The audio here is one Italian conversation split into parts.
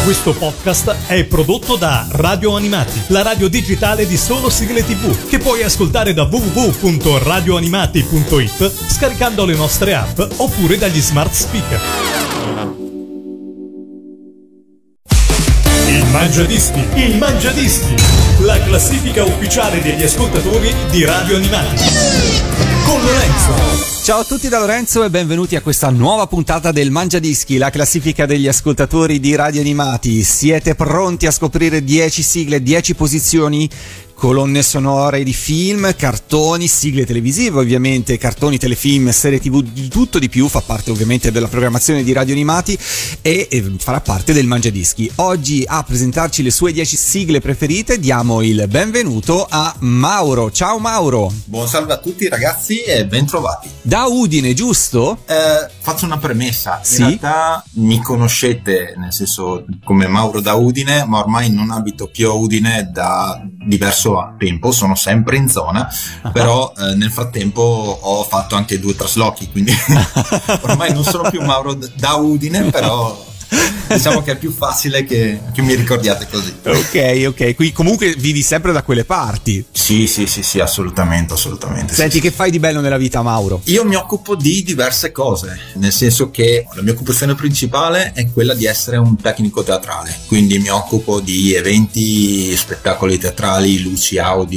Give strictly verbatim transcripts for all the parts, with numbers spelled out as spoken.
Questo podcast è prodotto da Radio Animati, la radio digitale di solo sigle tivù, che puoi ascoltare da w w w punto radio animati punto i t scaricando le nostre app oppure dagli smart speaker. Il Mangiadischi, il Mangiadischi, la classifica ufficiale degli ascoltatori di Radio Animati. Con Lorenzo. Ciao a tutti da Lorenzo e benvenuti a questa nuova puntata del Mangiadischi, la classifica degli ascoltatori di Radio Animati. Siete pronti a scoprire dieci sigle, dieci posizioni? Colonne sonore di film, cartoni, sigle televisive ovviamente, cartoni, telefilm, serie tv, di tutto di più, fa parte ovviamente della programmazione di Radio Animati e, e farà parte del Mangiadischi. Oggi a presentarci le sue dieci sigle preferite diamo il benvenuto a Mauro. Ciao Mauro! Buon salve a tutti ragazzi e bentrovati. Da Udine, giusto? Eh, faccio una premessa, in sì? realtà mi conoscete, nel senso come Mauro da Udine, ma ormai non abito più a Udine da diverso tempo, sono sempre in zona, uh-huh. però eh, nel frattempo ho fatto anche due traslochi, quindi ormai non sono più Mauro d- da Udine, però diciamo che è più facile che, che mi ricordiate così. Ok, ok, qui comunque vivi sempre da quelle parti. Sì, sì, sì, sì, assolutamente, assolutamente. Senti, sì, che sì. fai di bello nella vita, Mauro? Io mi occupo di diverse cose, nel senso che la mia occupazione principale è quella di essere un tecnico teatrale, quindi mi occupo di eventi, spettacoli teatrali, luci,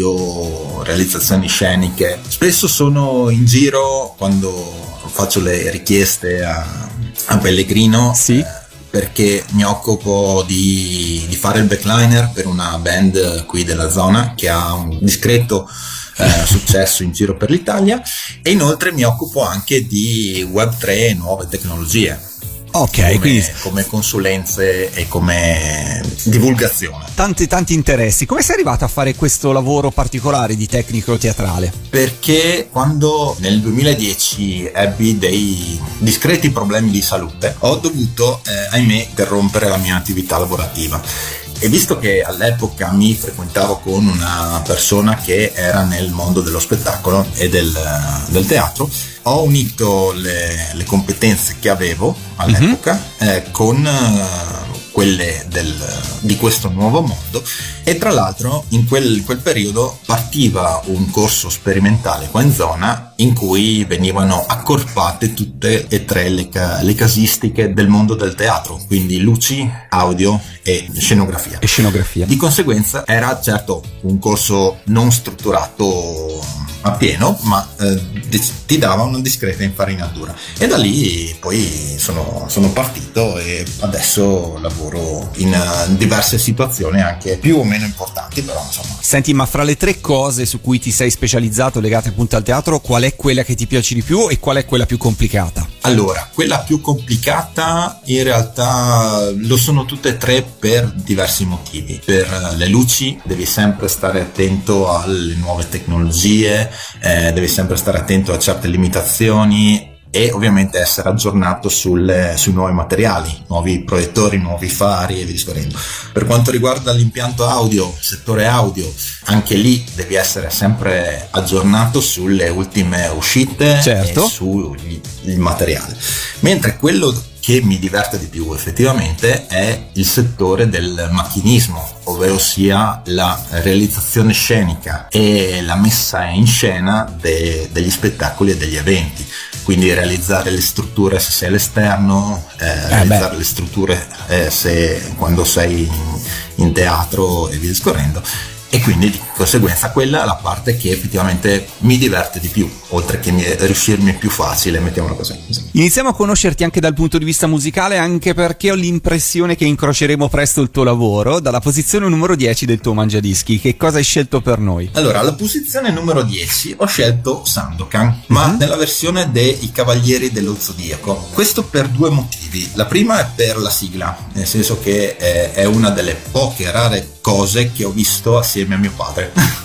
audio, realizzazioni sceniche. Spesso sono in giro quando faccio le richieste a, a Pellegrino. Sì. Eh, perché mi occupo di, di fare il backliner per una band qui della zona che ha un discreto eh, successo in giro per l'Italia, e inoltre mi occupo anche di web tre e nuove tecnologie. Ok, come, quindi come consulenze e come divulgazione. Tanti tanti interessi. Come sei arrivato a fare questo lavoro particolare di tecnico teatrale? Perché quando nel duemiladieci ebbi dei discreti problemi di salute, ho dovuto, eh, ahimè, interrompere la mia attività lavorativa. E visto che all'epoca mi frequentavo con una persona che era nel mondo dello spettacolo e del, del teatro, ho unito le, le competenze che avevo all'epoca mm-hmm. eh, con eh, quelle del, di questo nuovo mondo, e tra l'altro in quel, quel periodo partiva un corso sperimentale qua in zona in cui venivano accorpate tutte e tre le, ca- le casistiche del mondo del teatro, quindi luci, audio e scenografia. E scenografia. Di conseguenza era certo un corso non strutturato a pieno, ma eh, ti dava una discreta infarinatura, e da lì poi sono, sono partito e adesso lavoro in uh, diverse situazioni anche più o meno importanti, però insomma. Senti, ma fra le tre cose su cui ti sei specializzato legate appunto al teatro, qual è quella che ti piace di più e qual è quella più complicata? Allora, quella più complicata in realtà lo sono tutte e tre per diversi motivi. Per le luci devi sempre stare attento alle nuove tecnologie, eh, devi sempre stare attento a certe limitazioni e ovviamente essere aggiornato sulle, sui nuovi materiali, nuovi proiettori, nuovi fari e via discorrendo. Per quanto riguarda l'impianto audio, il settore audio, anche lì devi essere sempre aggiornato sulle ultime uscite, certo, e sul materiale. Mentre quello che mi diverte di più effettivamente è il settore del macchinismo, ovvero sia la realizzazione scenica e la messa in scena de, degli spettacoli e degli eventi. Quindi realizzare le strutture se sei all'esterno, eh, eh realizzare beh. le strutture eh, se quando sei in, in teatro e via discorrendo. E quindi di conseguenza quella è la parte che effettivamente mi diverte di più, oltre che mi, riuscirmi più facile, mettiamola così. Iniziamo a conoscerti anche dal punto di vista musicale, anche perché ho l'impressione che incroceremo presto il tuo lavoro. Dalla posizione numero dieci del tuo Mangiadischi, che cosa hai scelto per noi? Allora, alla posizione numero dieci ho scelto Sandokan, ma uh-huh. nella versione dei Cavalieri dello Zodiaco. Questo per due motivi. La prima è per la sigla, nel senso che è, è una delle poche rare cose che ho visto assieme a mio padre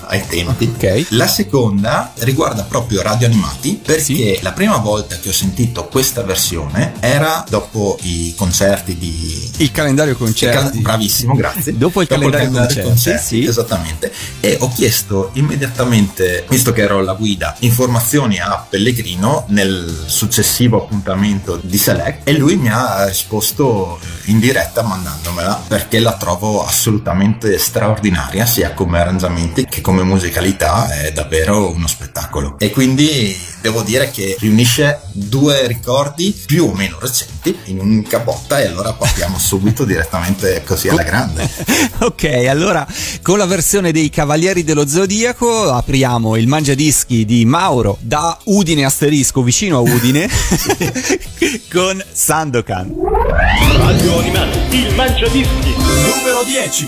ai tempi. Okay. La seconda riguarda proprio Radio Animati, perché Sì. la prima volta che ho sentito questa versione era dopo i concerti di... Il calendario concerti. Cal- bravissimo, grazie. Dopo il calendario concerti, sì. Esattamente. E ho chiesto immediatamente, visto che ero alla guida, informazioni a Pellegrino nel successivo appuntamento di Select, e lui mi ha risposto in diretta mandandomela, perché la trovo assolutamente straordinaria, sia come arrangiamenti che come musicalità. È davvero uno spettacolo, e quindi devo dire che riunisce due ricordi più o meno recenti in un'unica botta, e allora partiamo subito direttamente così alla grande. Ok, allora con la versione dei Cavalieri dello Zodiaco apriamo il Mangiadischi di Mauro da Udine asterisco vicino a Udine con Sandokan. Radio Animati, il Mangiadischi numero dieci.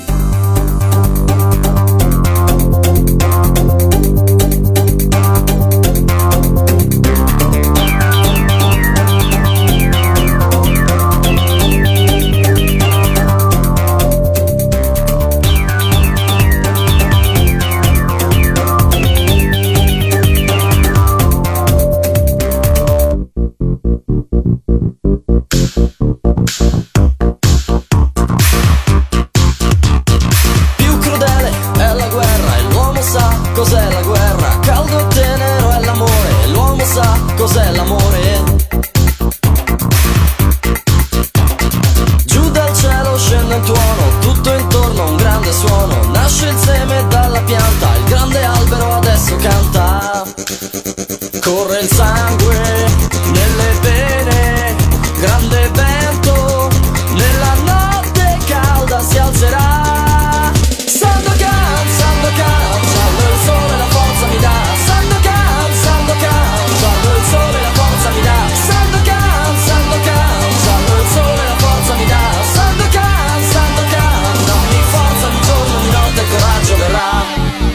Cos'è la guerra? Caldo e tenero è l'amore, l'uomo sa cos'è l'amore. Giù dal cielo scende un tuono, tutto intorno un grande suono. Nasce il seme dalla pianta, il grande albero adesso canta. Corre il sangue nelle vene, grande vento, nella notte calda si alzerà. Sandokan, Sandokan, quando il sole la forza mi dà. Sandokan, Sandokan, quando il sole la forza mi dà. Sandokan, Sandokan, quando il sole la forza mi dà. Sandokan, Sandokan, dammi forza di giorno, di notte, coraggio verrà.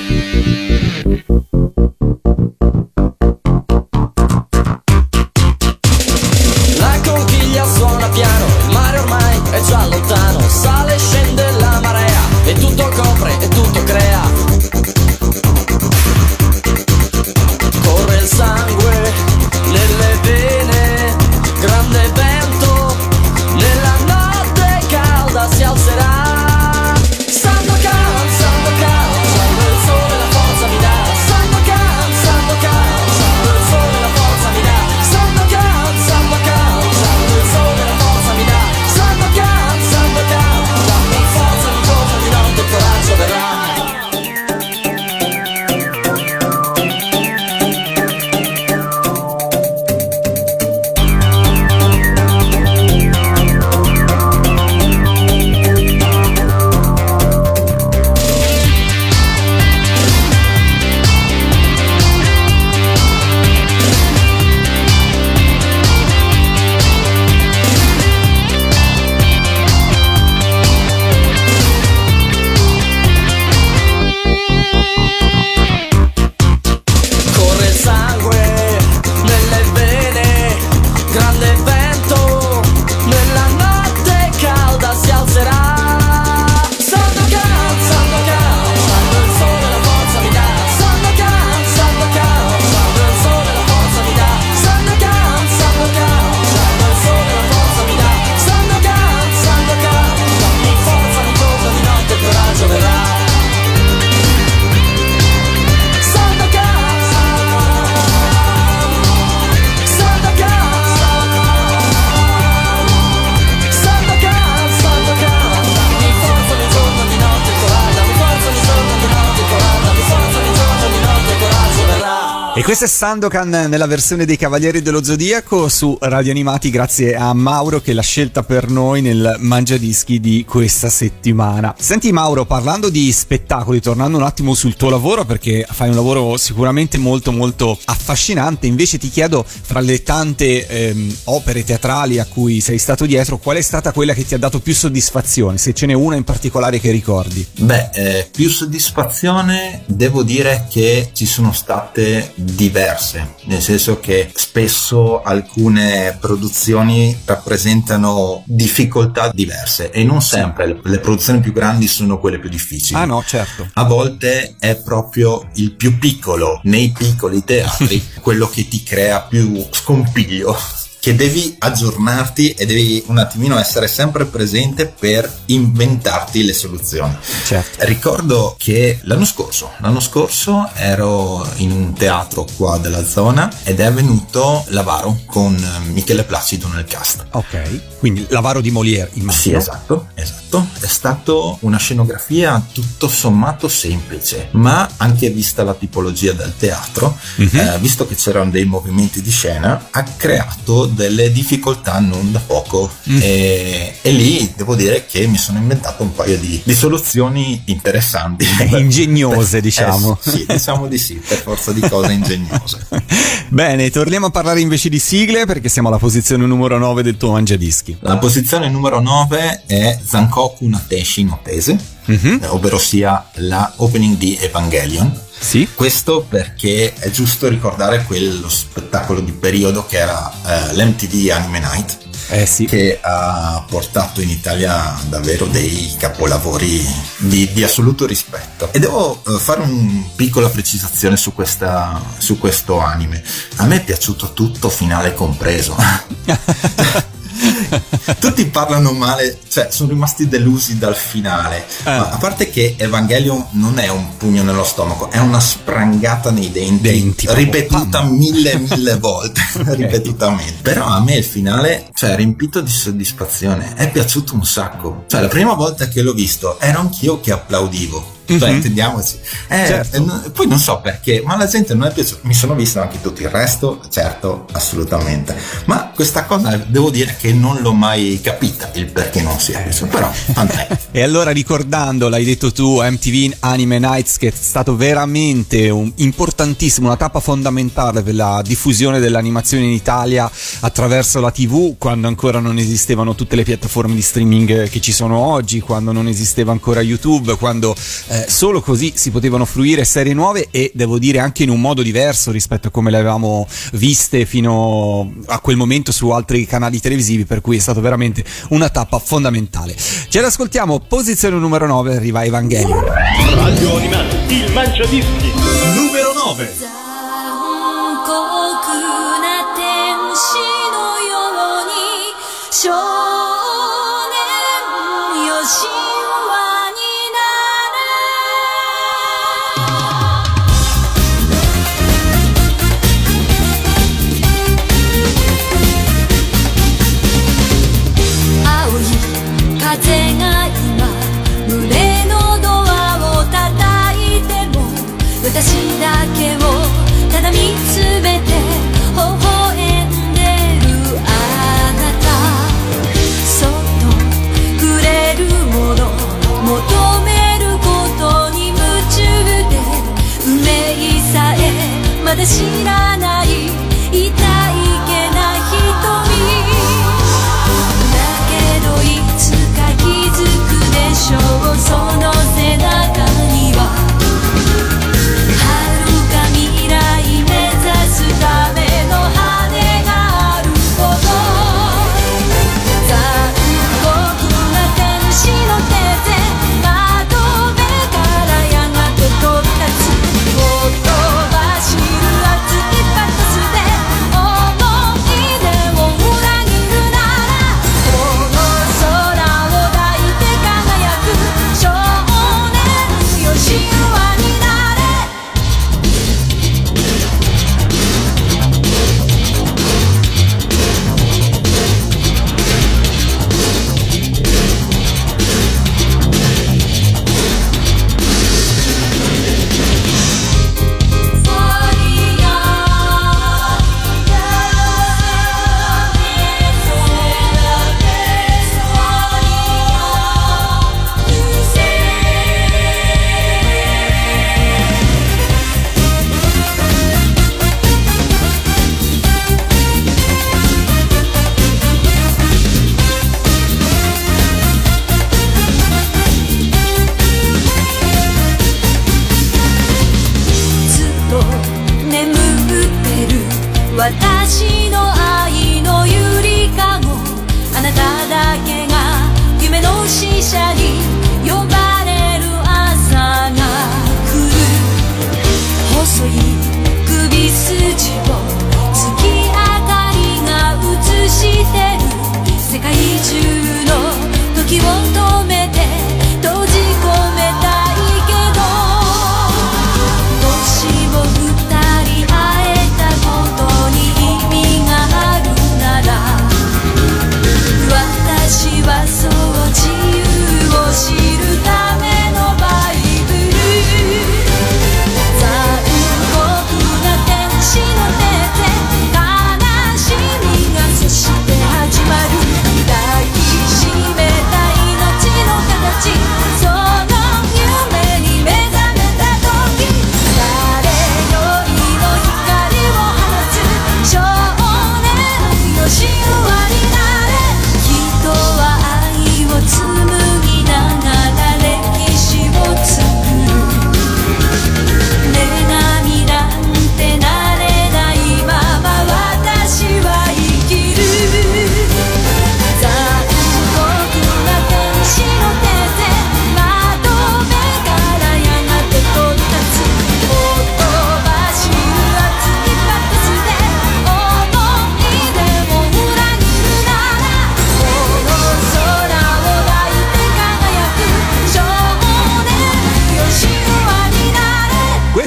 La conchiglia suona piano, il mare ormai è già lontano. Sale e scende la marea, e tutto copre e tutto crea. Corre il sangue nelle vene, grande vento, nella notte calda si alzerà. Sandokan, Sandokan, quando il sole la forza mi dà. Sandokan, Sandokan, quando il sole la forza mi dà. Sandokan, Sandokan, quando il sole la forza mi dà. Sandokan, Sandokan, dammi forza di giorno, di notte, coraggio verrà. Corre il sangue nelle vene, grande vento, nella notte calda si alzerà. Sandokan, Sandokan, quando il sole la forza mi dà. Sandokan, Sandokan, quando il sole la forza mi dà. Sandokan, Sandokan, quando il sole la forza mi dà. Sandokan, Sandokan, dammi forza di giorno, di notte, coraggio verrà. Sandokan, Sandokan, Sandokan, Sandokan, dammi forza di giorno, di notte, coraggio, dammi forza di giorno, di notte, coraggio, dammi forza di giorno, di notte, coraggio verrà. E questo è Sandokan nella versione dei Cavalieri dello Zodiaco su Radio Animati, grazie a Mauro che l'ha scelta per noi nel Mangiadischi di questa settimana. Senti Mauro, parlando di spettacoli, tornando un attimo sul tuo lavoro, perché fai un lavoro sicuramente molto molto affascinante, invece ti chiedo, fra le tante ehm, opere teatrali a cui sei stato dietro, qual è stata quella che ti ha dato più soddisfazione, se ce n'è una in particolare che ricordi? Beh, eh, più soddisfazione devo dire che ci sono state diverse, nel senso che spesso alcune produzioni rappresentano difficoltà diverse e non sempre le, le produzioni più grandi sono quelle più difficili. Ah no, certo. A volte è proprio il più piccolo nei piccoli teatri quello che ti crea più scompiglio, che devi aggiornarti e devi un attimino essere sempre presente per inventarti le soluzioni. Certo. Ricordo che l'anno scorso, l'anno scorso ero in un teatro qua della zona ed è venuto L'Avaro con Michele Placido nel cast. Ok, quindi L'Avaro di Molière, immagino. Sì, esatto, esatto. È stato una scenografia tutto sommato semplice, ma anche vista la tipologia del teatro, mm-hmm. eh, visto che c'erano dei movimenti di scena, ha creato delle difficoltà non da poco mm. e, e lì devo dire che mi sono inventato un paio di, di soluzioni interessanti, ingegnose, diciamo. Eh, sì, diciamo di sì, per forza di cose ingegnose. Bene, torniamo a parlare invece di sigle, perché siamo alla posizione numero nove del tuo Mangiadischi. La posizione numero nove è Zankoku no Tenshi no Tese, mm-hmm. ovvero sia la opening di Evangelion. Sì. Questo perché è giusto ricordare quello spettacolo di periodo che era uh, l'M T V Anime Night, eh sì. che ha portato in Italia davvero dei capolavori di, di assoluto rispetto. E devo uh, fare una piccola precisazione su, questa, su questo anime. A me è piaciuto tutto, finale compreso. Tutti parlano male, cioè sono rimasti delusi dal finale, eh. Ma a parte che Evangelion non è un pugno nello stomaco, è una sprangata nei denti, denti ripetuta oh, mille mille volte. Okay. Ripetutamente. Però a me il finale, cioè, riempito di soddisfazione, è piaciuto un sacco. Cioè la prima volta che l'ho visto ero anch'io che applaudivo. Cioè, mm-hmm. intendiamoci, eh, certo. eh, poi non so perché, ma la gente non è piaciuto. Mi sono visto anche tutto il resto, certo, assolutamente. Ma questa cosa devo dire che non l'ho mai capita il perché non sia piaciuto, però tant'è. E allora, ricordando, l'hai detto tu, M T V Anime Nights, che è stato veramente un importantissimo, una tappa fondamentale per la diffusione dell'animazione in Italia attraverso la tivù, quando ancora non esistevano tutte le piattaforme di streaming che ci sono oggi, quando non esisteva ancora YouTube, quando eh, solo così si potevano fruire serie nuove, e devo dire anche in un modo diverso rispetto a come le avevamo viste fino a quel momento su altri canali televisivi, per cui è stato veramente una tappa fondamentale. Ce l'ascoltiamo, posizione numero nove, arriva Evangelion. Radio Animati, il Mangiadischi numero nove. So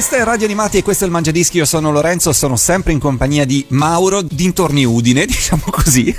Questa è Radio Animati e questo è il Mangiadischi. Io sono Lorenzo, sono sempre in compagnia di Mauro, dintorni Udine, diciamo così,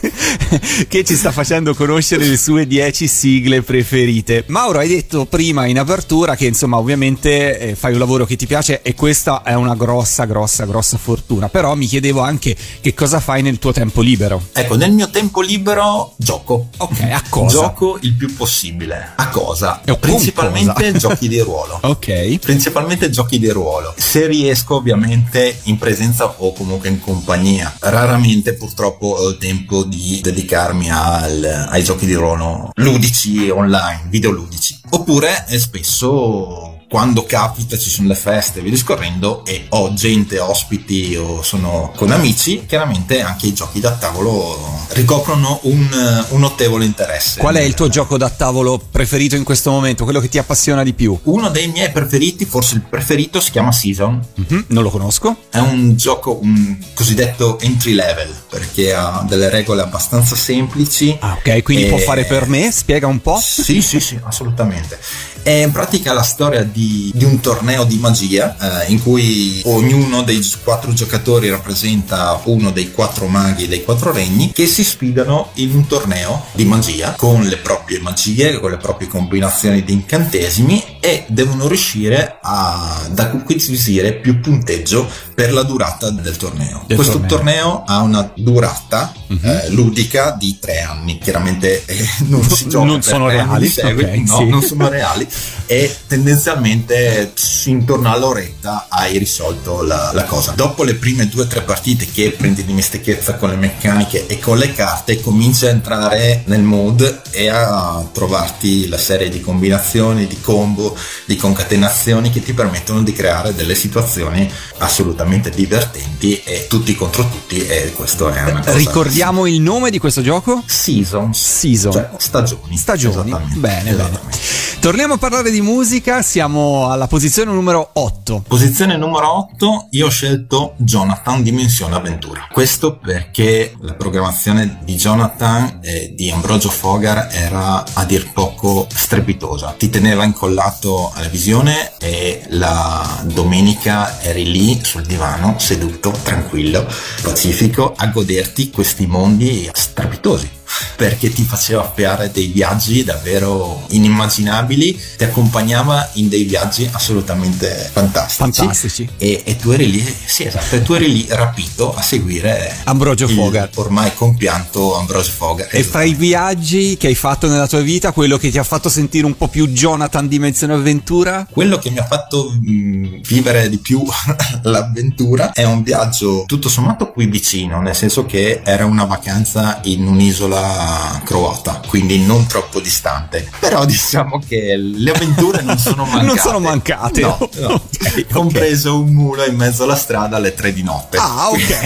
che ci sta facendo conoscere le sue dieci sigle preferite. Mauro, hai detto prima in apertura che insomma ovviamente eh, fai un lavoro che ti piace e questa è una grossa, grossa, grossa fortuna. Però mi chiedevo anche che cosa fai nel tuo tempo libero. Ecco, nel mio tempo libero gioco. Ok, a cosa? Gioco il più possibile. A cosa? E Principalmente cosa? giochi di ruolo. Ok. Principalmente giochi di ruolo. Se riesco, ovviamente in presenza o comunque in compagnia. Raramente purtroppo ho il tempo di dedicarmi al, ai giochi di ruolo ludici online, videoludici. Oppure eh, spesso quando capita ci sono le feste via discorrendo e ho gente, ospiti o sono con amici, chiaramente anche i giochi da tavolo ricoprono un, un notevole interesse. Qual è il tuo gioco da tavolo preferito in questo momento, quello che ti appassiona di più? Uno dei miei preferiti, forse il preferito, si chiama Season. Mm-hmm, non lo conosco. È un gioco un cosiddetto entry level perché ha delle regole abbastanza semplici. Ah, ok, quindi e... può fare per me? Spiega un po'. Sì, sì, sì, assolutamente. È in pratica la storia di, di un torneo di magia eh, in cui ognuno dei quattro giocatori rappresenta uno dei quattro maghi dei quattro regni che si sfidano in un torneo di magia con le proprie magie, con le proprie combinazioni di incantesimi e devono riuscire a, ad acquisire più punteggio per la durata del torneo. Del Questo torneo. torneo ha una durata uh-huh. eh, ludica di tre anni. Chiaramente eh, non si gioca non per sono tre reali, anni di seguito, okay, no, sì. non sono reali e tendenzialmente intorno all'oretta hai risolto la, la cosa. Dopo le prime due o tre partite che prendi dimestichezza con le meccaniche e con le carte, cominci a entrare nel mood e a trovarti la serie di combinazioni, di combo, di concatenazioni che ti permettono di creare delle situazioni assolutamente divertenti e tutti contro tutti, e questo è una cosa. Ricordiamo il nome di questo gioco? Seasons, Season. cioè stagioni. Stagioni. Bene, bene. Torniamo a parlare di musica, siamo alla posizione numero otto. Posizione numero otto, io ho scelto Jonathan Dimensione Avventura. Questo perché la programmazione di Jonathan e di Ambrogio Fogar era a dir poco strepitosa. Ti teneva incollato alla visione e la domenica eri lì sul divano, seduto, tranquillo, pacifico, a goderti questi mondi strepitosi, perché ti faceva fare dei viaggi davvero inimmaginabili, ti accompagnava in dei viaggi assolutamente fantastici, fantastici. E, e tu eri lì, sì esatto, e tu eri lì rapito a seguire Ambrogio Fogar, ormai compianto Ambrogio Fogar. E fra i viaggi che hai fatto nella tua vita, quello che ti ha fatto sentire un po' più Jonathan Dimensione Avventura? Quello che mi ha fatto mh, vivere di più l'avventura è un viaggio tutto sommato qui vicino, nel senso che era una vacanza in un'isola croata, quindi non troppo distante, però diciamo che le avventure non sono mancate. Non sono mancate, no, no. Okay, compreso okay. un mulo in mezzo alla strada alle tre di notte. Ah,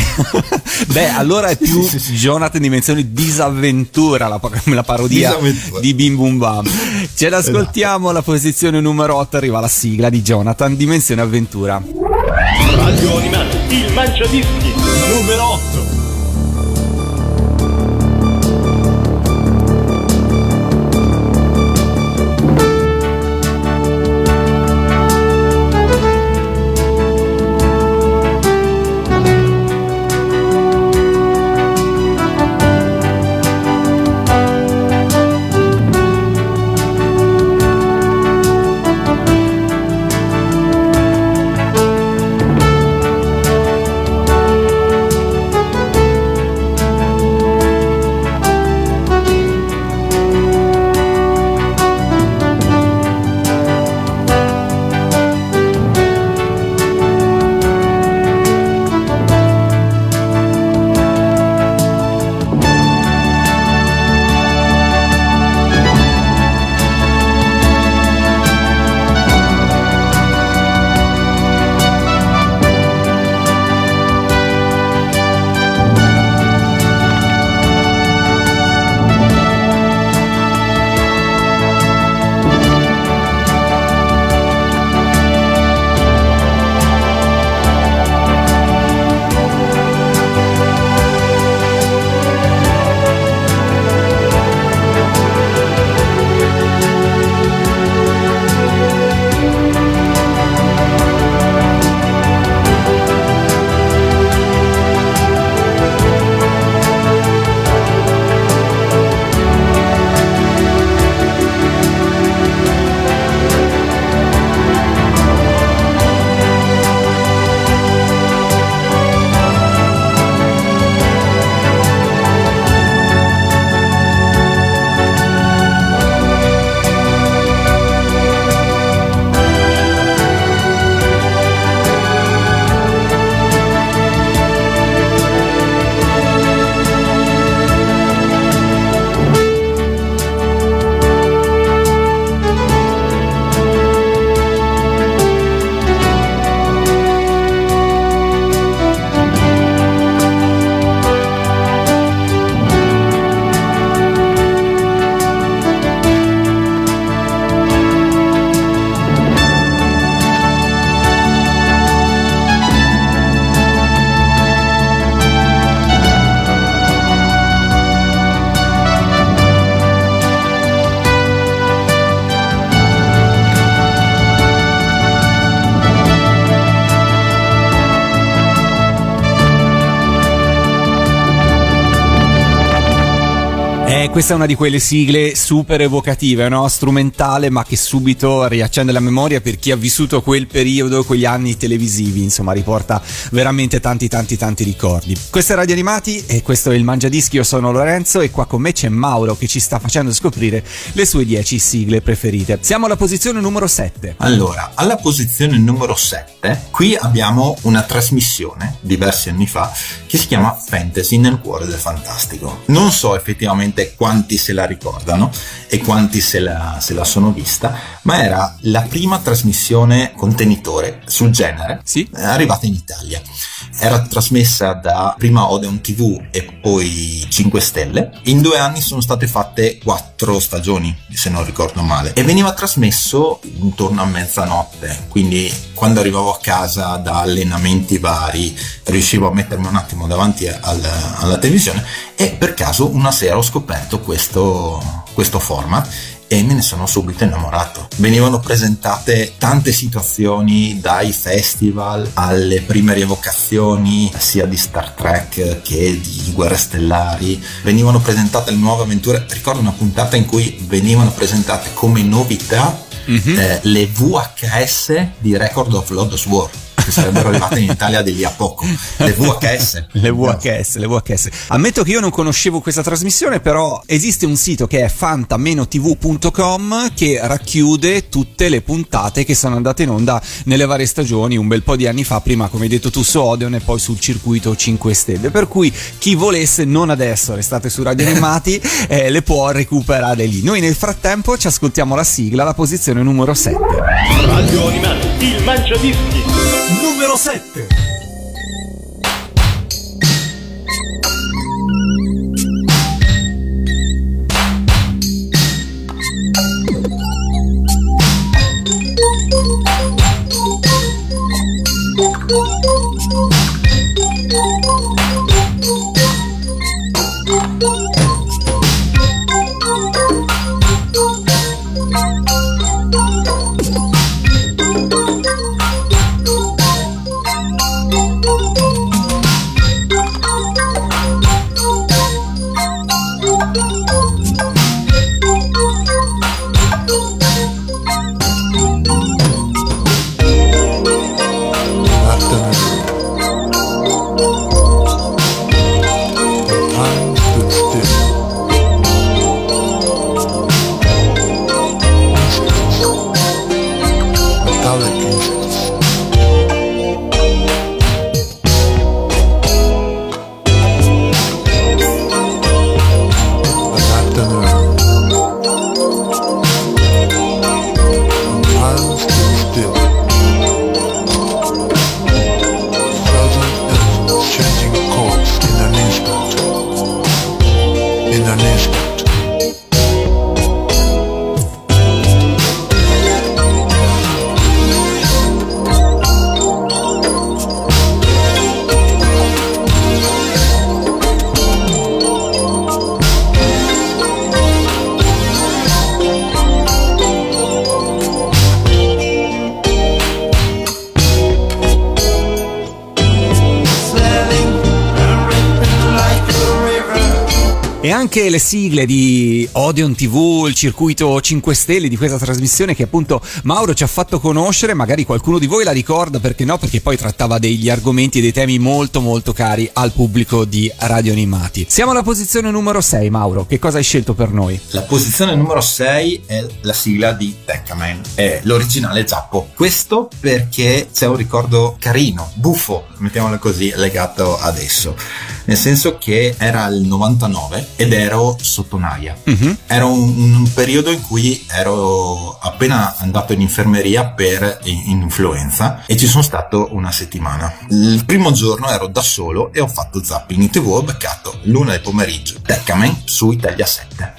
ok. Beh, allora è più sì, sì, sì. Jonathan Dimensione Disavventura, la, la parodia di Bim Bum Bam. Ce l'ascoltiamo, alla posizione numero otto arriva la sigla di Jonathan Dimensione Avventura. Radio Animati, il Mangiadischi numero otto. Eh, questa è una di quelle sigle super evocative, no? Strumentale, ma che subito riaccende la memoria per chi ha vissuto quel periodo, quegli anni televisivi, insomma, riporta veramente tanti tanti tanti ricordi. Questo è Radio Animati e questo è il Mangiadischi. Io sono Lorenzo e qua con me c'è Mauro che ci sta facendo scoprire le sue dieci sigle preferite. Siamo alla posizione numero sette. Allora, alla posizione numero sette, qui abbiamo una trasmissione diversi anni fa che si chiama Fantasy nel cuore del fantastico. Non so effettivamente quanti se la ricordano e quanti se la, se la sono vista, ma era la prima trasmissione contenitore sul genere, sì, arrivata in Italia. Era trasmessa da prima Odeon tivù e poi cinque Stelle. In due anni sono state fatte quattro stagioni, se non ricordo male, e veniva trasmesso intorno a mezzanotte, quindi quando arrivavo a casa da allenamenti vari riuscivo a mettermi un attimo davanti al, alla televisione e per caso una sera ho scoperto questo, questo format e me ne sono subito innamorato. Venivano presentate tante situazioni, dai festival alle prime rievocazioni sia di Star Trek che di Guerre Stellari. Venivano presentate le nuove avventure. Ricordo una puntata in cui venivano presentate come novità mm-hmm. eh, le V H S di Record of Lodoss War, che sarebbero arrivate in Italia di lì a poco. Le V H S. Le V H S, le V H S. Ammetto che io non conoscevo questa trasmissione, però esiste un sito che è fanta tv punto com che racchiude tutte le puntate che sono andate in onda nelle varie stagioni un bel po' di anni fa, prima come hai detto tu su Odeon e poi sul circuito cinque Stelle, per cui chi volesse, non adesso, restate su Radio Animati, eh, le può recuperare lì. Noi nel frattempo ci ascoltiamo la sigla, la posizione numero sette. Radio Animati, il Mangiadischi numero sette. E anche le sigle di Odeon tivù, il circuito cinque Stelle di questa trasmissione che appunto Mauro ci ha fatto conoscere, magari qualcuno di voi la ricorda, perché no? Perché poi trattava degli argomenti e dei temi molto molto cari al pubblico di Radio Animati. Siamo alla posizione numero sei, Mauro, che cosa hai scelto per noi? La posizione numero sei è la sigla di Tekkaman, è l'originale Zappo. Questo perché c'è un ricordo carino, buffo, mettiamolo così, legato ad esso, nel senso che era il novantanove ed ero sotto naia. Mm-hmm. Era un, un periodo in cui ero appena andato in infermeria per influenza e ci sono stato una settimana. Il primo giorno ero da solo e ho fatto zapping in tv, ho beccato l'una del pomeriggio Tekkaman su Italia sette.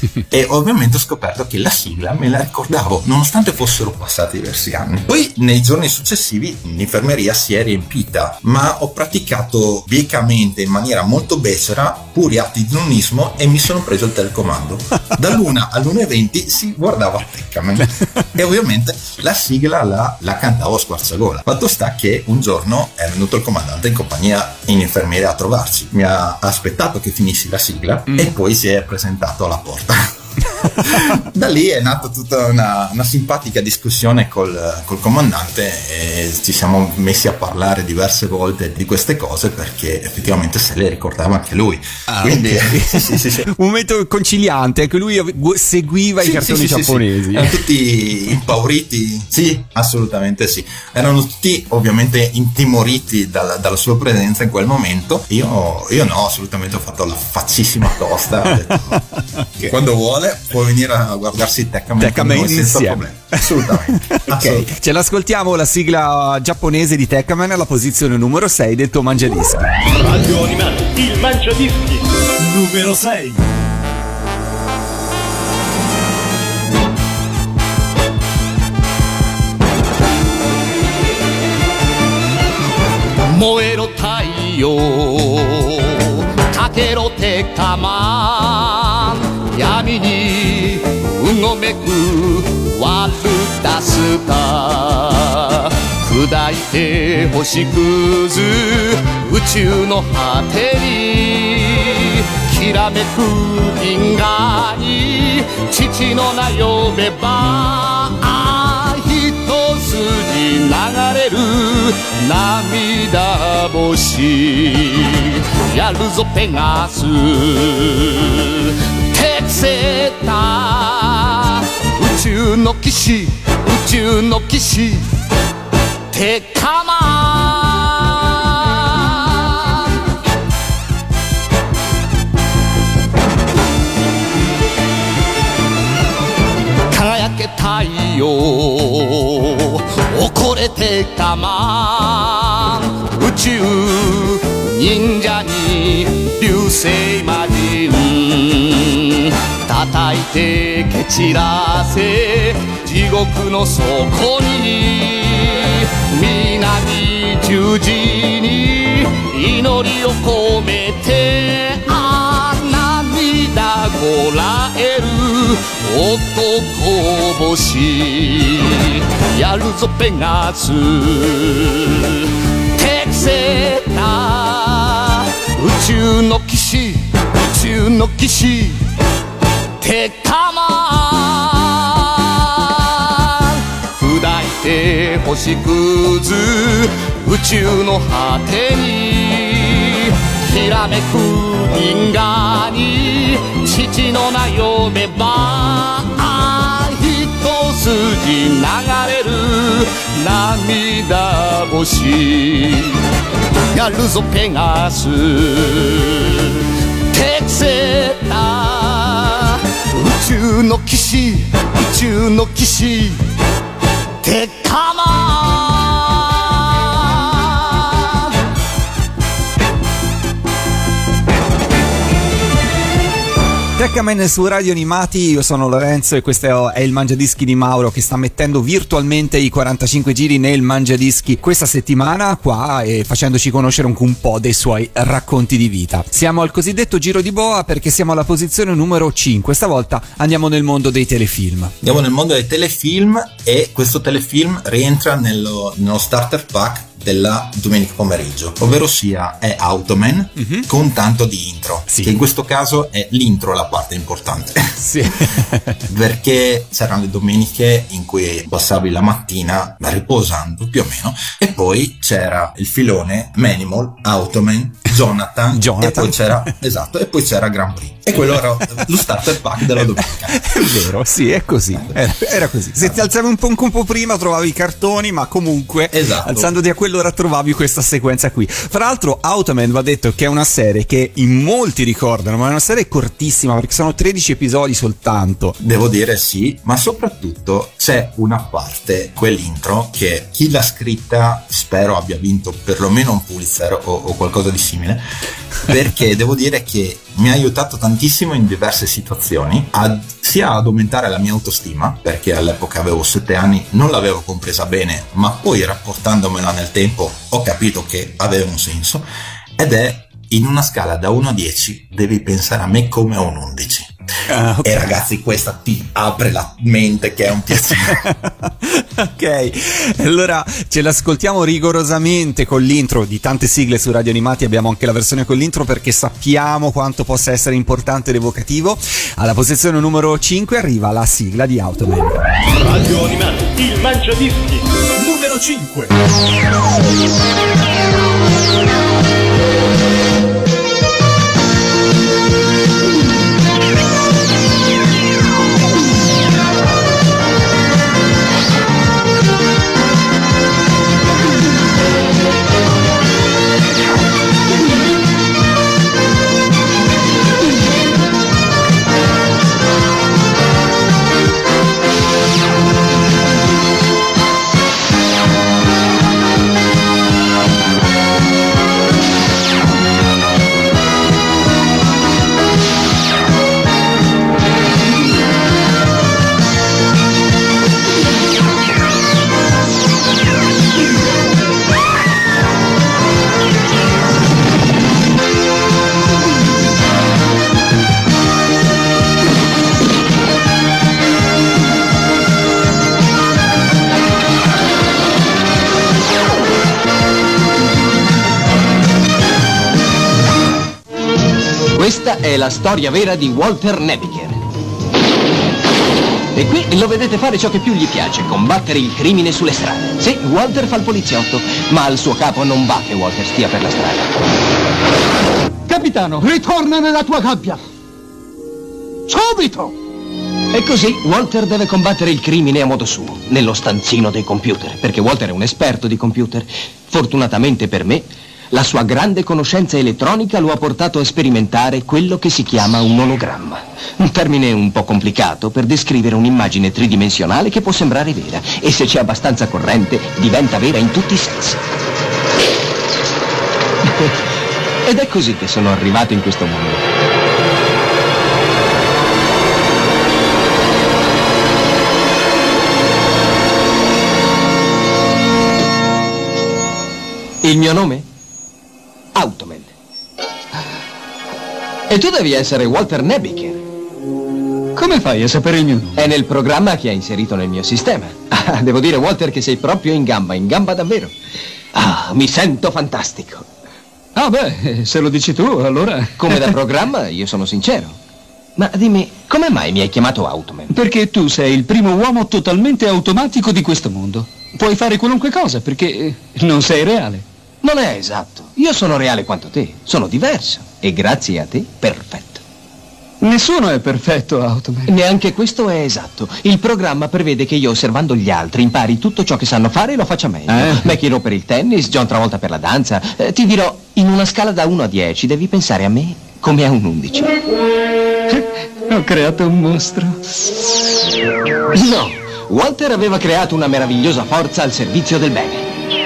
E ovviamente ho scoperto che la sigla me la ricordavo nonostante fossero passati diversi anni. Poi nei giorni successivi l'infermeria si è riempita, ma ho praticato biecamente in maniera molto becera puri atti di nonnismo e mi sono preso il telecomando. Dall'una all'una e venti si guardava Teccaman e ovviamente la sigla la, la cantavo a squarciagola. Fatto sta che un giorno è venuto il comandante in compagnia in infermeria a trovarci, mi ha aspettato che finissi la sigla mm. e poi si è presentato alla porta. Da lì è nata tutta una, una simpatica discussione col, col comandante e ci siamo messi a parlare diverse volte di queste cose perché effettivamente se le ricordava anche lui. Ah, quindi okay. sì, sì, sì. Un momento conciliante, anche lui seguiva sì, i cartoni sì, sì, giapponesi. Sì, sì. Erano tutti impauriti, sì, assolutamente sì. Erano tutti ovviamente intimoriti dalla, dalla sua presenza in quel momento. Io, io no, assolutamente ho fatto la faccissima tosta. Ho detto, okay. Quando vuole può venire a guardarsi Teccaman con noi senza problemi. Assolutamente. Ok, Assolutamente. Ce l'ascoltiamo la sigla giapponese di Teccaman alla posizione numero sei del tuo Mangiadischi. Radio Animati, il Mangiadischi numero sei. Moero taiyo Takero Teccaman闇にうごめくワルダスタ砕いて星屑宇宙の果てにきらめく銀河に父の名呼べば一筋流れる涙星やるぞペガスセーター宇宙の騎士宇宙の騎士テカマン輝け太陽怒れテカマン宇宙忍者に流星魔人叩いて蹴散らせ地獄の底に南十字に祈りを込めてあ涙こらえる男星やるぞペガステクセーター宇宙の騎士宇宙の騎士テカマン砕いて星屑宇宙の果てにきらめく銀河に父の名呼べば一筋流れる涙星やるぞペガステクセーター宇宙の騎士宇宙の騎士テカマン Teccaman su Radio Animati, io sono Lorenzo e questo è il Mangiadischi di Mauro che sta mettendo virtualmente i quarantacinque giri nel Mangiadischi questa settimana qua e facendoci conoscere un, un po' dei suoi racconti di vita. Siamo al cosiddetto giro di boa perché siamo alla posizione numero cinque, stavolta andiamo nel mondo dei telefilm. Andiamo nel mondo dei telefilm e questo telefilm rientra nello, nello starter pack della domenica pomeriggio, ovvero sia è Automan mm-hmm. con tanto di intro, sì. che in questo caso è l'intro la parte importante, sì. perché c'erano le domeniche in cui passavi la mattina riposando più o meno e poi c'era il filone Manimal, Automan, Jonathan, Jonathan. e poi c'era esatto e poi c'era Grand Prix e quello era lo starter pack della domenica. È vero, sì, è così, era, era così. Se ti alzavi un po', un po' prima trovavi i cartoni, ma comunque esatto. alzandoti a quell'ora trovavi questa sequenza qui. Fra l'altro Automan va detto che è una serie che in molti ricordano, ma è una serie cortissima perché sono tredici episodi soltanto. Devo dire sì, ma soprattutto c'è una parte, quell'intro, che chi l'ha scritta spero abbia vinto perlomeno un Pulitzer o, o qualcosa di simile, perché devo dire che mi ha aiutato tantissimo in diverse situazioni, a, sia ad aumentare la mia autostima, perché all'epoca avevo sette anni, non l'avevo compresa bene, ma poi rapportandomela nel tempo ho capito che aveva un senso, ed è in una scala da uno a dieci devi pensare a me come a un undici. Ah, okay. E ragazzi, questa ti apre la mente, che è un piacere. Ok, allora ce l'ascoltiamo rigorosamente con l'intro. Di tante sigle su Radio Animati abbiamo anche la versione con l'intro, perché sappiamo quanto possa essere importante ed evocativo. Alla posizione numero cinque arriva la sigla di Automan. Radio Animati, il mangiadischi numero cinque. Questa è la storia vera di Walter Nebiker. E qui lo vedete fare ciò che più gli piace, combattere il crimine sulle strade. Sì, Walter fa il poliziotto, ma al suo capo non va che Walter stia per la strada. Capitano, ritorna nella tua gabbia! Subito! E così Walter deve combattere il crimine a modo suo, nello stanzino dei computer, perché Walter è un esperto di computer. Fortunatamente per me, la sua grande conoscenza elettronica lo ha portato a sperimentare quello che si chiama un ologramma. Un termine un po' complicato per descrivere un'immagine tridimensionale che può sembrare vera e, se c'è abbastanza corrente, diventa vera in tutti i sensi. Ed è così che sono arrivato in questo mondo. Il mio nome? Automan. E tu devi essere Walter Nebiker. Come fai a sapere il mio nome? È nel programma che hai inserito nel mio sistema. Ah, devo dire, Walter, che sei proprio in gamba, in gamba davvero. Ah, mi sento fantastico. Ah beh, se lo dici tu, allora... Come da programma, io sono sincero. Ma dimmi, come mai mi hai chiamato Automan? Perché tu sei il primo uomo totalmente automatico di questo mondo. Puoi fare qualunque cosa, perché non sei reale. Non è esatto. Io sono reale quanto te. Sono diverso. E grazie a te, perfetto. Nessuno è perfetto, Automan. Neanche questo è esatto. Il programma prevede che io, osservando gli altri, impari tutto ciò che sanno fare e lo faccia meglio. Eh? McEnroe per il tennis, John Travolta per la danza. Eh, ti dirò, in una scala da uno a dieci devi pensare a me come a un undici. Ho creato un mostro. No, Walter aveva creato una meravigliosa forza al servizio del bene.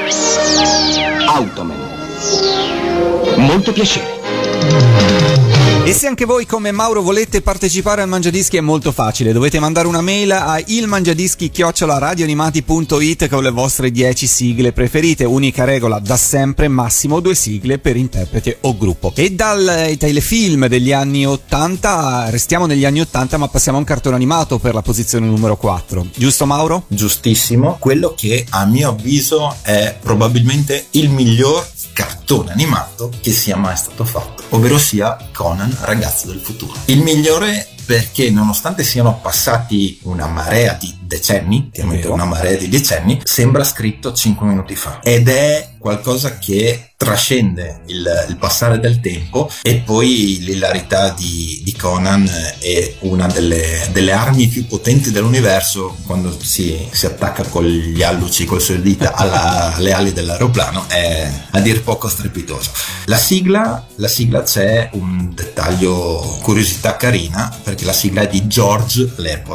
Automan. Molto piacere. E se anche voi come Mauro volete partecipare al Mangiadischi è molto facile, dovete mandare una mail a ilmangiadischi chiocciola radioanimati punto it con le vostre dieci sigle preferite. Unica regola da sempre, massimo due sigle per interprete o gruppo. E dal telefilm degli anni ottanta restiamo negli anni ottanta, ma passiamo a un cartone animato per la posizione numero quattro, giusto Mauro? Giustissimo, quello che a mio avviso è probabilmente il miglior cartone animato che sia mai stato fatto, ovvero sia Conan, ragazzo del futuro. Il migliore perché, nonostante siano passati una marea di decenni, ovviamente una marea di decenni, sembra scritto cinque minuti fa, ed è qualcosa che trascende il, il passare del tempo. E poi l'ilarità di, di Conan è una delle, delle armi più potenti dell'universo, quando si, si attacca con gli alluci, con le sue dita alla, alle ali dell'aeroplano, è a dir poco strepitoso. La sigla, la sigla c'è un dettaglio, curiosità carina, perché la sigla è di George Lepore.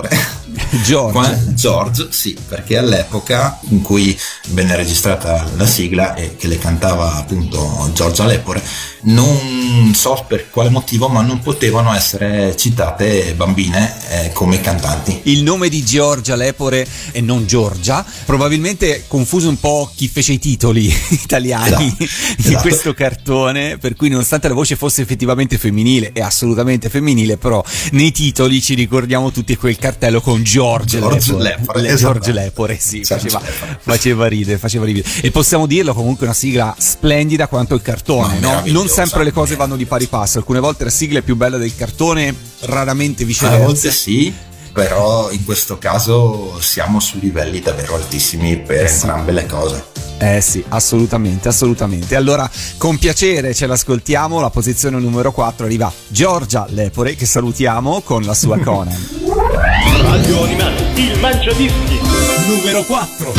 George. Qua, George, sì, perché all'epoca in cui venne registrata la sigla e che le cantava appunto Giorgia Lepore, non so per quale motivo, ma non potevano essere citate bambine eh, come cantanti. Il nome di Giorgia Lepore e non Giorgia probabilmente confuse un po' chi fece i titoli italiani Esatto, di esatto. questo cartone, per cui nonostante la voce fosse effettivamente femminile, è assolutamente femminile, però nei titoli ci ricordiamo tutti quel cartello con George, George Lepore, Lepore, Le- esatto. George Lepore, sì, George faceva, Lepore. faceva ridere, faceva ridere. E possiamo dirlo, comunque una sigla splendida quanto il cartone, Ma no? Non meravigliosa. sempre le cose vanno di pari passo, alcune volte la sigla è più bella del cartone, raramente A viceversa. volte sì, però in questo caso siamo su livelli davvero altissimi per Sì. entrambe le cose. Eh sì, assolutamente, assolutamente. Allora, con piacere ce l'ascoltiamo. La posizione numero quattro arriva Giorgia Lepore, che salutiamo con la sua Conan. Radio Animati, il Mangiadischi. Numero quattro.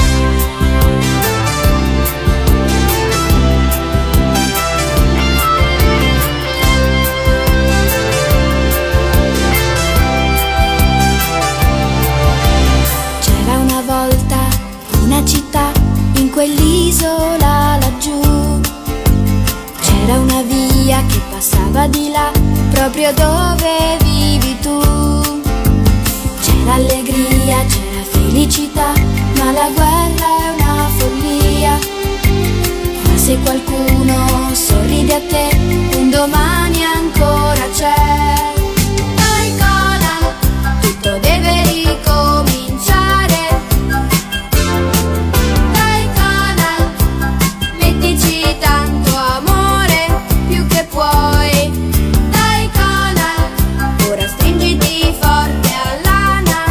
C'era una volta una città in quell'isola laggiù. C'era una via che passava di là, proprio dove vivi tu. C'era allegria, c'era felicità, ma la guerra è una follia. Ma se qualcuno sorride a te, un domani ancora c'è. Dai Conan, tutto deve ricominciare. Dai Conan, mettici tanto amore, più che puoi. Dai Conan, ora stringiti forte all'ana.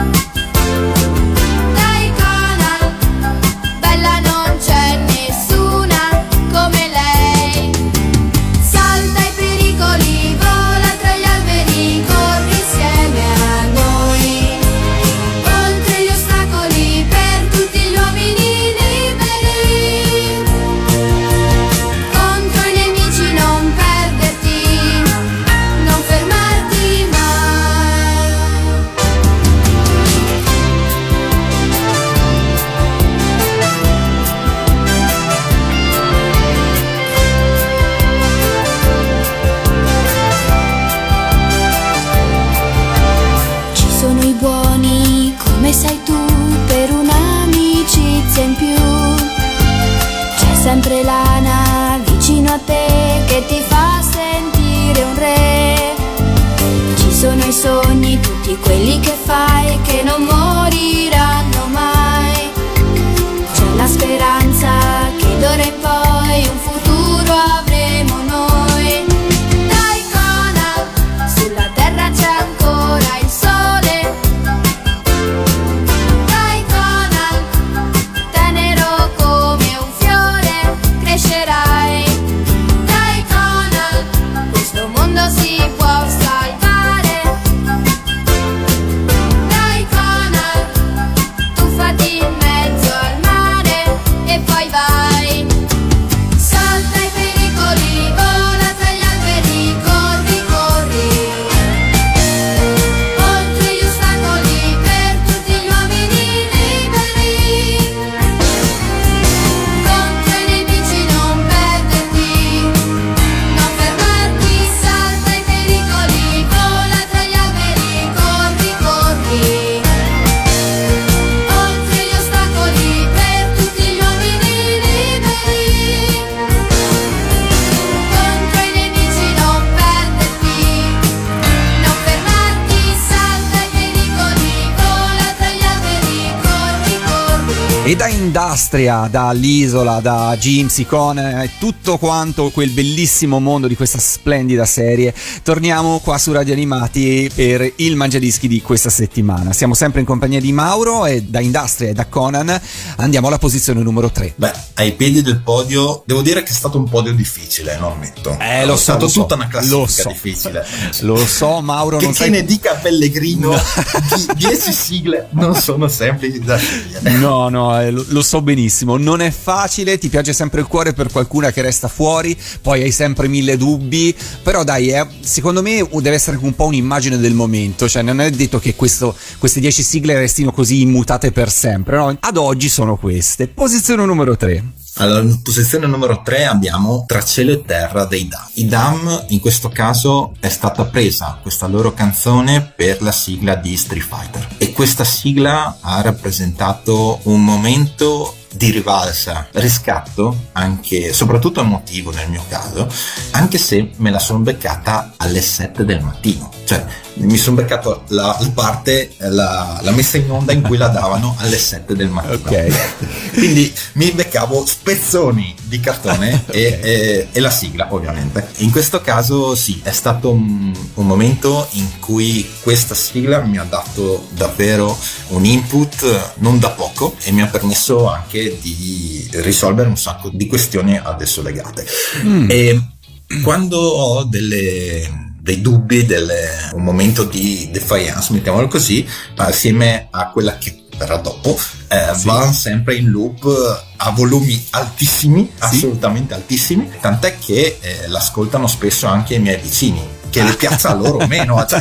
Dai Conan, bella non c'è nessuna come lei. Salta i pericoli, vola tra gli alberi, corri insieme a noi. Oltre gli ostacoli, per tutti gli uomini liberi. Contro i nemici non perderti, non fermarti mai. Ci sono i buoni, come sai tu, per un'amicizia in più. C'è sempre l'ana vicino a te che ti fa sentire un re. Ci sono i sogni, tutti quelli che fai, che non moriranno mai. C'è la speranza che d'ora in poi un futuro avremo noi. Dai Conan, sulla terra c'è ancora il sole. Dai Conan, tenero come un fiore, crescerai. Dai Conan, questo mondo si può salvare. Dai Conan, tuffati in mezzo al mare e poi vai. Salta i pericoli, vola tra gli alberi, corri, corri. Oltre gli ostacoli, per tutti gli uomini liberi. Contro i nemici non perderti, non fermarti. Salta i pericoli, vola tra gli alberi, corri, corri. Oltre gli ostacoli, per tutti gli uomini liberi. Contro i nemici non perderti, non fermarti. Salta i pericoli, vola tra gli alberi, corri, corri. E da Industria, dall'isola, da Jimsy Conan e tutto quanto quel bellissimo mondo di questa splendida serie, torniamo qua su Radio Animati per il Mangiadischi di questa settimana. Siamo sempre in compagnia di Mauro e da Industria e da Conan andiamo alla posizione numero tre. Beh, ai piedi del podio devo dire che è stato un podio difficile, non ammetto. Eh, lo è so, stato lo so, tutta una classifica lo so. difficile. Lo so, Mauro, Che, non che sai... ne dica Pellegrino, di dieci sigle non sono semplici da scegliere. No, no, no, lo, lo so benissimo, non è facile, ti piace sempre il cuore per qualcuna che resta fuori, poi hai sempre mille dubbi, però dai, eh, secondo me deve essere un po' un'immagine del momento, cioè non è detto che questo, queste dieci sigle restino così immutate per sempre, no? Ad oggi sono queste. Posizione numero tre. Allora, in posizione numero tre abbiamo Tra cielo e terra dei Dam. I Dam, in questo caso, è stata presa questa loro canzone per la sigla di Street Fighter, e questa sigla ha rappresentato un momento di rivalsa, riscatto, anche soprattutto emotivo nel mio caso, anche se me la sono beccata alle sette del mattino, cioè mi sono beccato la, la parte, la, la messa in onda in cui la davano alle sette del mattino. Okay. Quindi mi beccavo spezzoni di cartone okay. e, e, e la sigla, ovviamente. In questo caso sì, è stato un, un momento in cui questa sigla mi ha dato davvero un input non da poco e mi ha permesso anche di risolvere un sacco di questioni adesso legate. Mm. E quando ho delle dei dubbi, delle, un momento di defiance, mettiamolo così, assieme a quella che verrà dopo, eh, sì. va sempre in loop a volumi altissimi, sì. assolutamente altissimi, tant'è che eh, l'ascoltano spesso anche i miei vicini, che le piazza loro meno, cioè.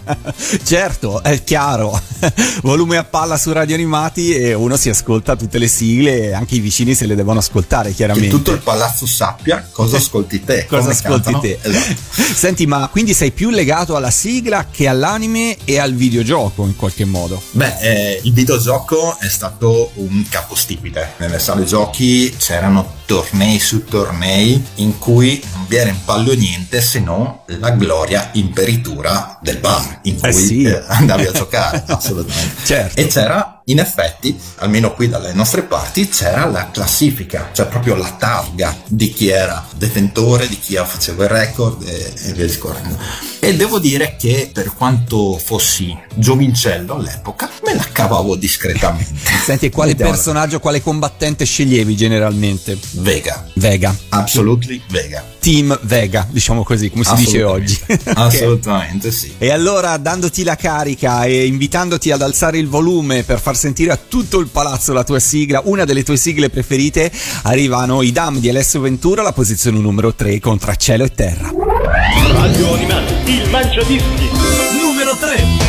Certo, è chiaro, volume a palla su Radio Animati e uno si ascolta tutte le sigle e anche i vicini se le devono ascoltare, chiaramente. Che tutto il palazzo sappia cosa ascolti te, cosa ascolti cantano. te. Esatto. Senti, ma quindi sei più legato alla sigla che all'anime e al videogioco in qualche modo? Beh, eh, il videogioco è stato un capostipite. Nelle sale giochi c'erano tornei su tornei in cui non vi era in palio niente se non la gloria imperitura del bar in cui eh sì. eh, andavi a giocare, assolutamente. Certo. E c'era, in effetti, almeno qui dalle nostre parti, c'era la classifica, cioè proprio la targa di chi era detentore, di chi faceva il record e, e via discorrendo. E devo dire che per quanto fossi giovincello all'epoca, me la cavavo discretamente. Senti, quale personaggio, quale combattente sceglievi generalmente? Vega. Vega. Absolutely Vega. Team Vega, diciamo così, come si dice oggi. Assolutamente sì. E allora, dandoti la carica e invitandoti ad alzare il volume per far sentire a tutto il palazzo la tua sigla, una delle tue sigle preferite, arrivano i Dam di Alessio Ventura, la posizione numero tre con Tra cielo e terra. Radio Animati, il Mangiadischi, numero tre.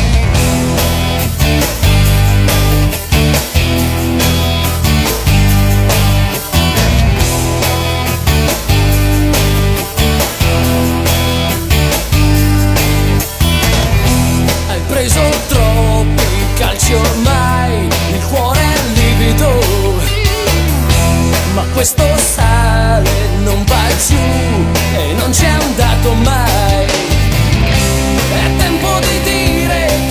Preso troppi calci ormai, il cuore è livido, ma questo sale non va giù e non c'è andato mai. È tempo di dire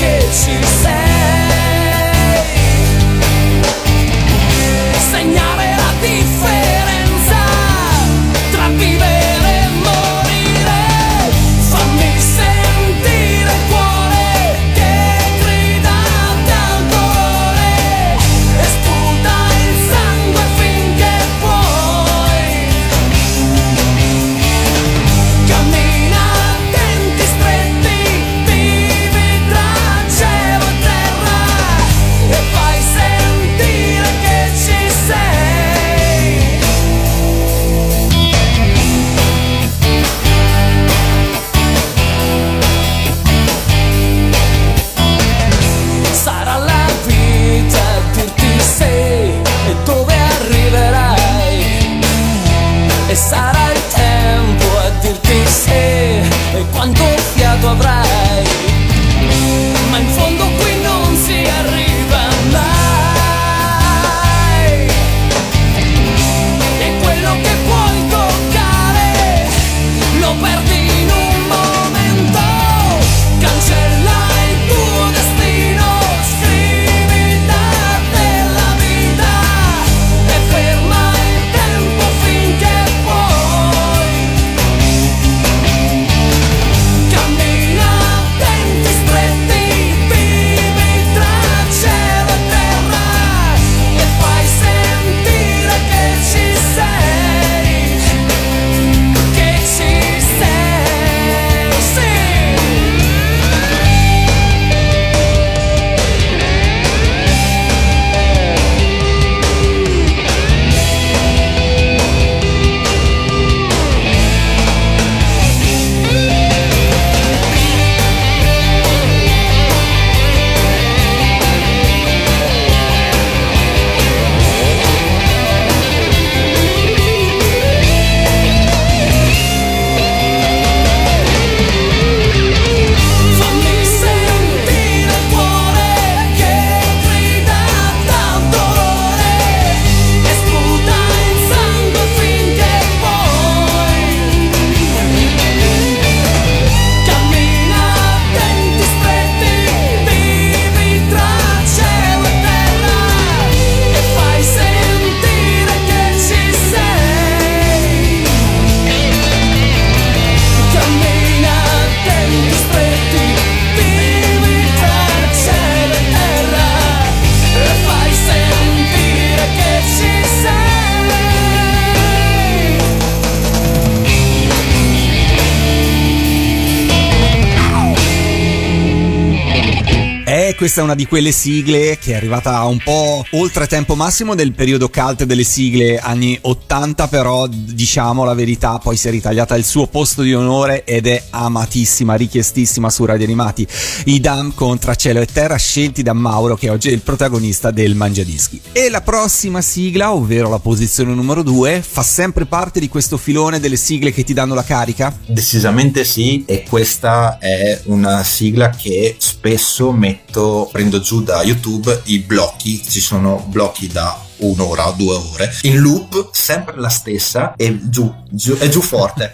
questa è una di quelle sigle che è arrivata un po' oltre tempo massimo del periodo cult delle sigle anni ottanta, però diciamo la verità, poi si è ritagliata il suo posto di onore ed è amatissima, richiestissima su Radio Animati. I Dam con Tra cielo e terra, scelti da Mauro, che oggi è il protagonista del Mangiadischi. E la prossima sigla, ovvero la posizione numero due, fa sempre parte di questo filone delle sigle che ti danno la carica? Decisamente sì, e questa è una sigla che spesso metto, prendo giù da YouTube i blocchi, ci sono blocchi da un'ora o due ore in loop, sempre la stessa, e giù, giù è giù forte.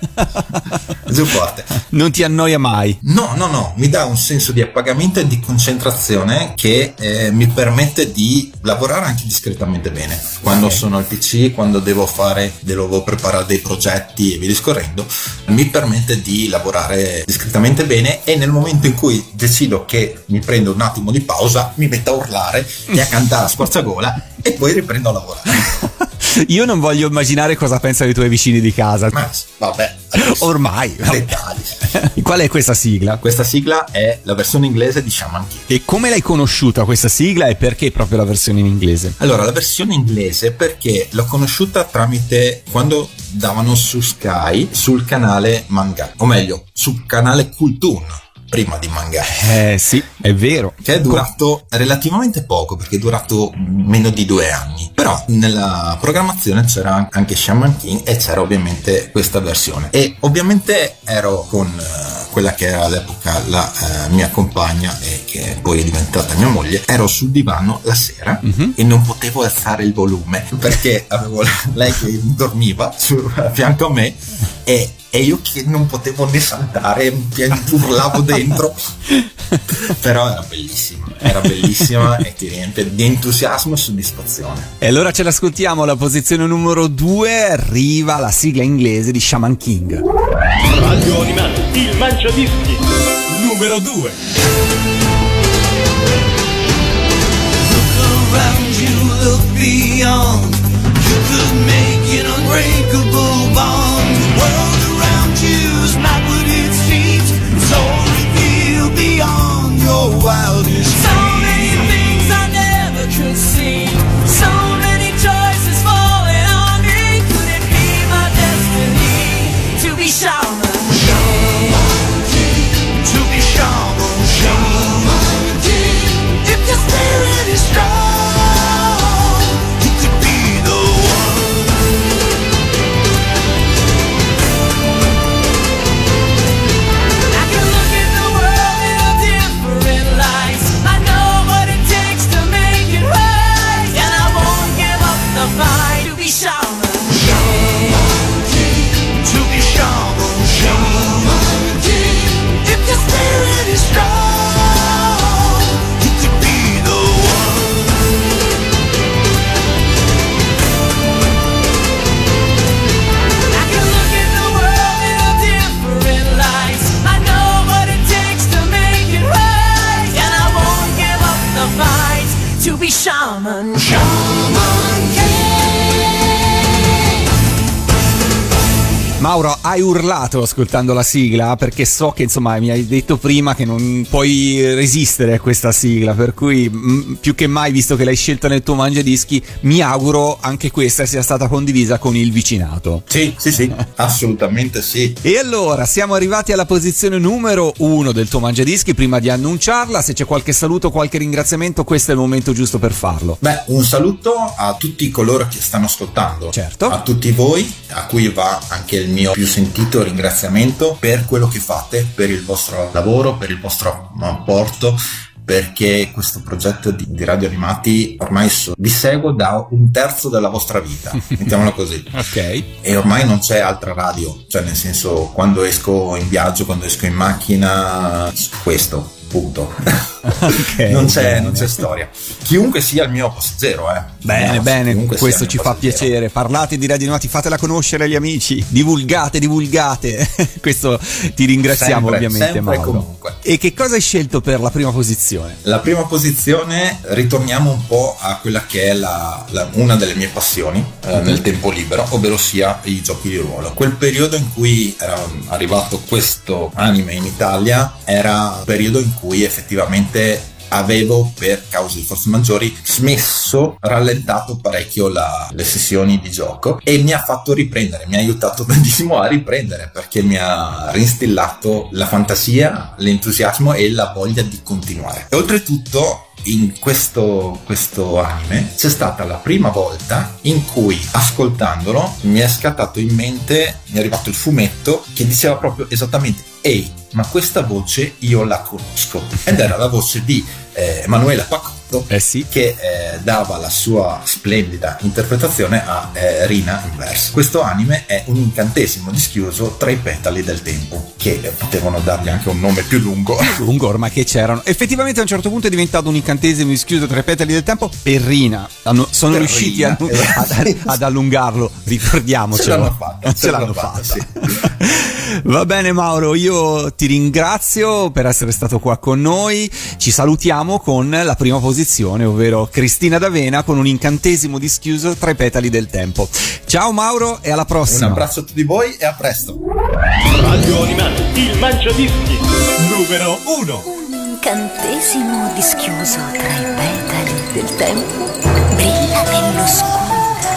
Giù forte. Non ti annoia mai? No, no, no, mi dà un senso di appagamento e di concentrazione che eh, mi permette di lavorare anche discretamente bene. Quando okay. sono al P C, quando devo fare, devo preparare dei progetti e via discorrendo, mi permette di lavorare discretamente bene, e nel momento in cui decido che mi prendo un attimo di pausa, mi metto a urlare e a cantare a squarciagola e poi riprendo a lavorare. Io non voglio immaginare cosa pensano i tuoi vicini di casa. Ma vabbè, ormai dettagli. Qual è questa sigla? Questa sigla è la versione inglese di Shaman King. E come l'hai conosciuta questa sigla e perché proprio la versione in inglese? Allora, la versione inglese perché l'ho conosciuta tramite quando davano su Sky, sul canale Manga, o meglio sul canale Kultoon, prima di Manga. Eh sì, è vero. Che è durato relativamente poco, perché è durato meno di due anni. Però nella programmazione c'era anche Shaman King e c'era ovviamente questa versione. E ovviamente ero con uh, quella che era all'epoca la uh, mia compagna e che poi è diventata mia moglie. Ero sul divano la sera mm-hmm. e non potevo alzare il volume perché avevo lei che dormiva su, a fianco a me e E io che non potevo né saltare, urlavo dentro. Però era bellissima, era bellissima e ti riempie di entusiasmo e soddisfazione. E allora ce l'ascoltiamo, alla posizione numero due arriva la sigla inglese di Shaman King. Radio Animati, il Mangiadischi, numero due. Look around you, look beyond. You could make an unbreakable bond. The world around you's not what it seems. It's all revealed beyond your wildest dreams. So many things I never could see. So many choices falling on me. Could it be my destiny to be shaman? Shaman King. To be shaman. Shaman King. If your spirit is strong. Shaman, Shaman King. Mauro, hai urlato ascoltando la sigla perché so che insomma mi hai detto prima che non puoi resistere a questa sigla, per cui m- più che mai, visto che l'hai scelta nel tuo Mangiadischi, mi auguro anche questa sia stata condivisa con il vicinato. Sì, sì, sì, assolutamente sì. E allora siamo arrivati alla posizione numero uno del tuo Mangiadischi. Prima di annunciarla, se c'è qualche saluto, qualche ringraziamento, questo è il momento giusto per farlo. Beh, un saluto a tutti coloro che stanno ascoltando, certo, a tutti voi, a cui va anche il mio più sentito ringraziamento per quello che fate, per il vostro lavoro, per il vostro apporto, perché questo progetto di, di Radio Animati ormai so, vi seguo da un terzo della vostra vita, mettiamola così. Ok. E ormai non c'è altra radio, cioè nel senso, quando esco in viaggio, quando esco in macchina, questo punto. Okay, non c'è bene. non c'è storia. Chiunque sia il mio passeggero, eh. Bene, no, bene, questo ci fa passeggero. piacere. Parlate di Radio Animati, fatela conoscere agli amici, divulgate, divulgate. Questo ti ringraziamo sempre, ovviamente, sempre Mauro. Comunque. E che cosa hai scelto per la prima posizione? La prima posizione, ritorniamo un po' a quella che è la, la, una delle mie passioni eh, mm-hmm. nel tempo libero, ovvero sia i giochi di ruolo. Quel periodo in cui era arrivato questo anime in Italia era un periodo in cui effettivamente avevo, per cause di forze maggiori, smesso, rallentato parecchio la, le sessioni di gioco, e mi ha fatto riprendere, mi ha aiutato tantissimo a riprendere, perché mi ha rinstillato la fantasia, l'entusiasmo e la voglia di continuare. E oltretutto in questo, questo anime c'è stata la prima volta in cui, ascoltandolo, mi è scattato in mente, mi è arrivato il fumetto che diceva proprio esattamente: ehi, ma questa voce io la conosco, ed era la voce di eh, Emanuela Pacotto, eh sì. che eh, dava la sua splendida interpretazione a eh, Rina in verso. Questo anime è un incantesimo dischiuso tra i petali del tempo, che eh, potevano dargli anche un nome più lungo lungo ormai che c'erano. Effettivamente a un certo punto è diventato un incantesimo dischiuso tra i petali del tempo per Rina. Hanno, sono per riusciti Rina, a, esatto. ad, ad allungarlo, ricordiamocelo. Ce l'hanno fatta, ce l'hanno fatta, fatta. Sì. Va bene Mauro, io ti ringrazio per essere stato qua con noi. Ci salutiamo con la prima posizione, ovvero Cristina D'Avena con un incantesimo dischiuso tra i petali del tempo. Ciao Mauro e alla prossima. Un abbraccio a tutti voi e a presto. Radio Animati, il Mangiadischi numero uno. Un incantesimo dischiuso tra i petali del tempo brilla nell'oscurità.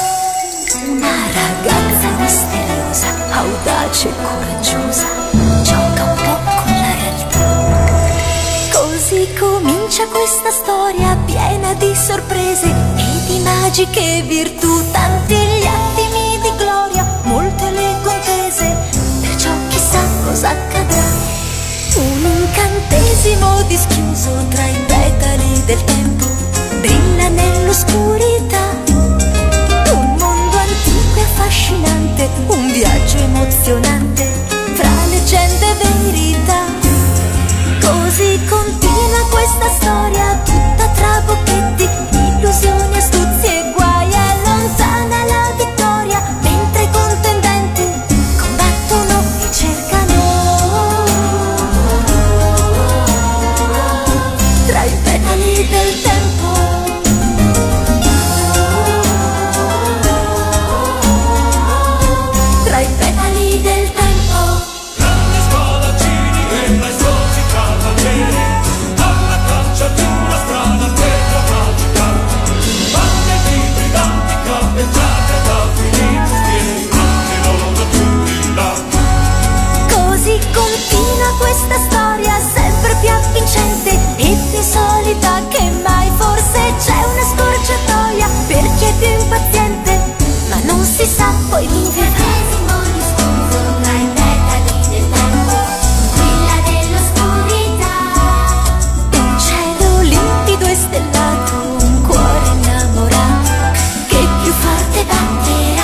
Una ragazza misteriosa, audace e coraggiosa, gioca un po' con la realtà. Così comincia questa storia piena di sorprese e di magiche virtù, tanti gli attimi di gloria, molte le contese, perciò chissà cosa accadrà. Un incantesimo dischiuso tra i petali del tempo brilla nell'oscurità. Un mondo antico e affascinante, un viaggio emozionante fra leggende e verità. Così continua questa storia tutta tra bocchetti, illusioni, astuzie e guai. È lontana la vittoria, mentre i contendenti combattono e cercano tra i petali del tempo. Tra i petali del tempo. Grandi spadaccini e maestosi cavalieri, alla caccia di una strana terra magica. Bande di briganti cappeggiate da filibustieri, anche loro tutti là. Così continua questa storia sempre più avvincente e più solita che mai. Forse c'è una scorciatoia per chi è più impaziente, ma non si sa, poi vincerà. Un cielo limpido e stellato, un cuore innamorato che più forte batterà.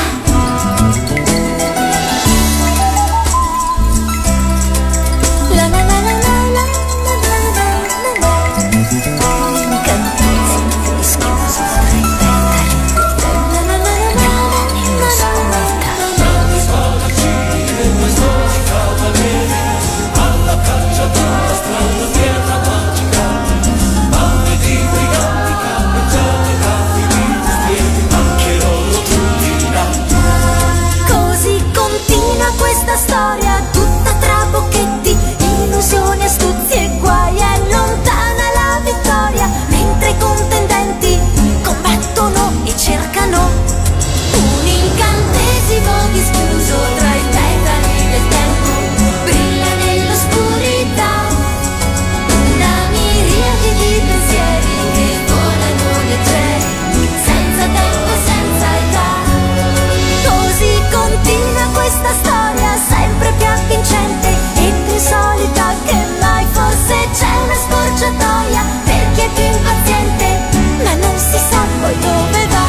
La la la la la la la la la la. Incantesimo dischiuso tra i petali del tempo. La la la la la la nell'oscurità. Grandi spadaccini e maestosi cavalieri, alla caccia di una strana terra magica. Bande di briganti cappeggiate da filibustieri, anche loro tutti là. Così continua questa storia tutta tra bocchetti, illusioni, astuzie e guai. È lontana la vittoria, mentre i contendenti combattono e cercano un incantesimo dischiuso tra i petali del tempo. Brilla nell'oscurità una miriade di pensieri che volano leggeri, senza tempo e senza età. Così continua questa storia sempre più avvincente e più solita che mai. Forse c'è una scorciatoia per chi è più impaziente, ma non si sa poi dove va.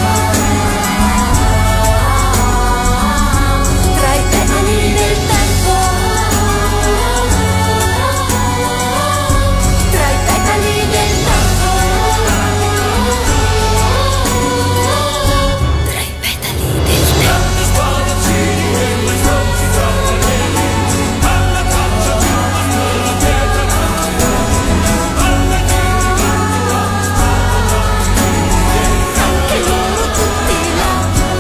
Tra i petali del tempo. Tra i petali del tempo. Tra i petali del tempo. Grandi spadaccini e maestosi cavalieri, alla caccia di una strana terra magica. Bande di briganti Anche loro tutti là.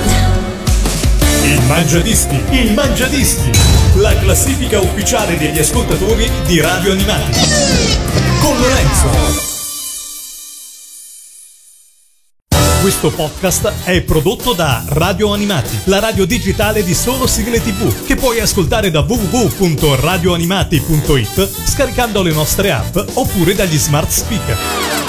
Il Mangiadischi, il Mangiadischi, la classifica ufficiale degli ascoltatori di Radio Animati. con Lorenzo. Questo podcast è prodotto da Radio Animati, la radio digitale di solo sigle tivù, che puoi ascoltare da w w w punto radio animati punto it scaricando le nostre app oppure dagli smart speaker.